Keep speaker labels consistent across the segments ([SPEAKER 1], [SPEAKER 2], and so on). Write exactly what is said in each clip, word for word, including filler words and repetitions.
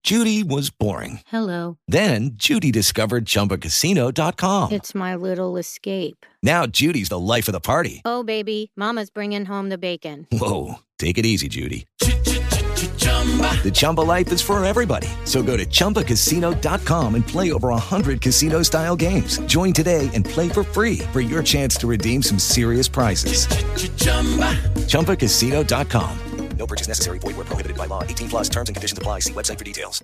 [SPEAKER 1] Judy was boring.
[SPEAKER 2] Hello.
[SPEAKER 1] Then Judy discovered Chumba Casino dot com.
[SPEAKER 2] It's my little escape.
[SPEAKER 1] Now Judy's the life of the party.
[SPEAKER 2] Oh, baby, mama's bringing home the bacon.
[SPEAKER 1] Whoa, take it easy, Judy. The Chumba life is for everybody. So go to Chumba Casino dot com and play over one hundred casino-style games. Join today and play for free for your chance to redeem some serious prizes. Chumba Casino dot com. No purchase necessary. Void where prohibited by law. eighteen plus terms and conditions apply. See website for details.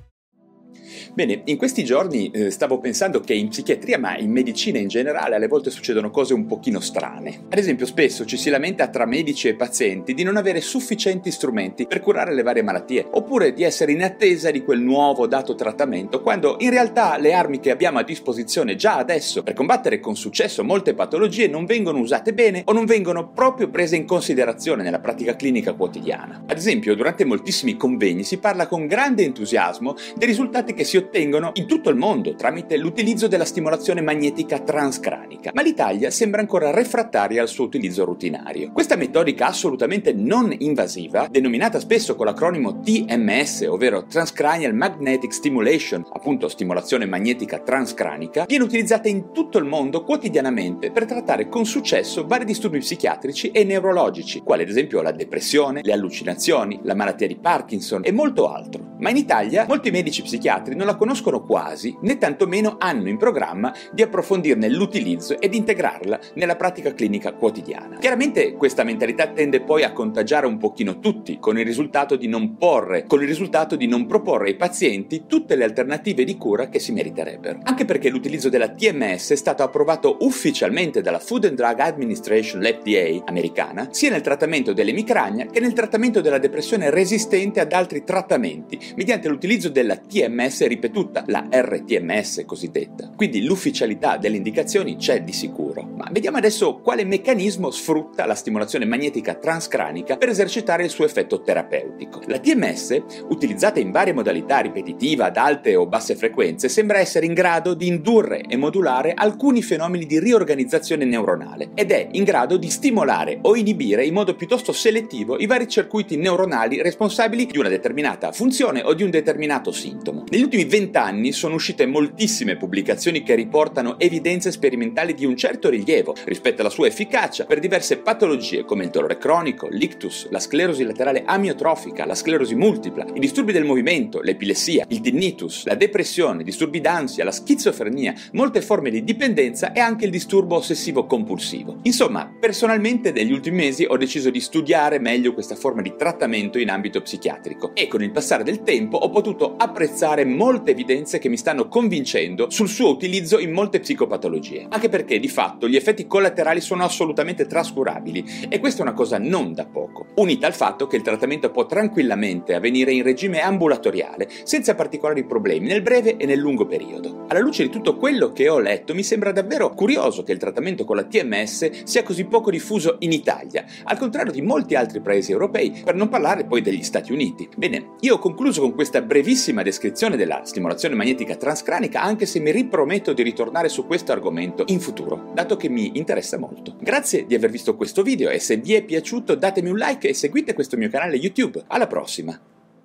[SPEAKER 3] Bene, in questi giorni eh, stavo pensando che in psichiatria, ma in medicina in generale, alle volte succedono cose un pochino strane. Ad esempio, spesso ci si lamenta tra medici e pazienti di non avere sufficienti strumenti per curare le varie malattie, oppure di essere in attesa di quel nuovo dato trattamento, quando in realtà le armi che abbiamo a disposizione già adesso per combattere con successo molte patologie non vengono usate bene o non vengono proprio prese in considerazione nella pratica clinica quotidiana. Ad esempio, durante moltissimi convegni si parla con grande entusiasmo dei risultati che si ottengono in tutto il mondo tramite l'utilizzo della stimolazione magnetica transcranica, ma l'Italia sembra ancora refrattaria al suo utilizzo rutinario. Questa metodica assolutamente non invasiva, denominata spesso con l'acronimo T M S, ovvero Transcranial Magnetic Stimulation, appunto stimolazione magnetica transcranica, viene utilizzata in tutto il mondo quotidianamente per trattare con successo vari disturbi psichiatrici e neurologici, quali ad esempio la depressione, le allucinazioni, la malattia di Parkinson e molto altro. Ma in Italia molti medici psichiatri non la conoscono quasi, né tantomeno hanno in programma di approfondirne l'utilizzo ed integrarla nella pratica clinica quotidiana. Chiaramente questa mentalità tende poi a contagiare un pochino tutti, con il risultato di non porre, con il risultato di non proporre ai pazienti tutte le alternative di cura che si meriterebbero. Anche perché l'utilizzo della T M S è stato approvato ufficialmente dalla Food and Drug Administration, l'F D A americana, sia nel trattamento dell'emicrania che nel trattamento della depressione resistente ad altri trattamenti, mediante l'utilizzo della T M S ripetuta, la R T M S cosiddetta. Quindi l'ufficialità delle indicazioni c'è di sicuro. Ma vediamo adesso quale meccanismo sfrutta la stimolazione magnetica transcranica per esercitare il suo effetto terapeutico. La T M S, utilizzata in varie modalità ripetitiva ad alte o basse frequenze, sembra essere in grado di indurre e modulare alcuni fenomeni di riorganizzazione neuronale ed è in grado di stimolare o inibire in modo piuttosto selettivo i vari circuiti neuronali responsabili di una determinata funzione o di un determinato sintomo. Negli ultimi vent'anni sono uscite moltissime pubblicazioni che riportano evidenze sperimentali di un certo rilievo rispetto alla sua efficacia per diverse patologie come il dolore cronico, l'ictus, la sclerosi laterale amiotrofica, la sclerosi multipla, i disturbi del movimento, l'epilessia, il tinnitus, la depressione, disturbi d'ansia, la schizofrenia, molte forme di dipendenza e anche il disturbo ossessivo compulsivo. Insomma, personalmente negli ultimi mesi ho deciso di studiare meglio questa forma di trattamento in ambito psichiatrico e con il passare del tempo ho potuto apprezzare molte evidenze che mi stanno convincendo sul suo utilizzo in molte psicopatologie, anche perché di fatto gli effetti collaterali sono assolutamente trascurabili e questa è una cosa non da poco, unita al fatto che il trattamento può tranquillamente avvenire in regime ambulatoriale senza particolari problemi nel breve e nel lungo periodo. Alla luce di tutto quello che ho letto mi sembra davvero curioso che il trattamento con la T M S sia così poco diffuso in Italia, al contrario di molti altri paesi europei, per non parlare poi degli Stati Uniti. Bene, io ho concluso con questa brevissima descrizione della stimolazione magnetica transcranica, anche se mi riprometto di ritornare su questo argomento in futuro, dato che mi interessa molto. Grazie di aver visto questo video e se vi è piaciuto datemi un like e seguite questo mio canale YouTube. Alla prossima!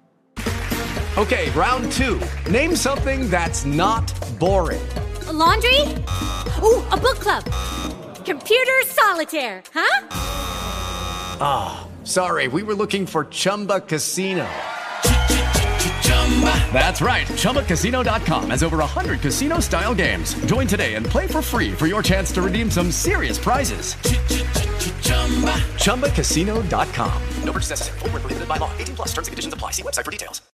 [SPEAKER 4] Okay, round two. Name something that's not boring.
[SPEAKER 5] A laundry? Ooh, a book club. Computer solitaire, huh?
[SPEAKER 4] Ah, oh, sorry, we were looking for Chumba Casino. That's right, Chumba Casino dot com has over one hundred casino-style games. Join today and play for free for your chance to redeem some serious prizes. Chumba Casino dot com. No purchase necessary. Void where prohibited by law. eighteen plus terms and conditions apply. See website for details.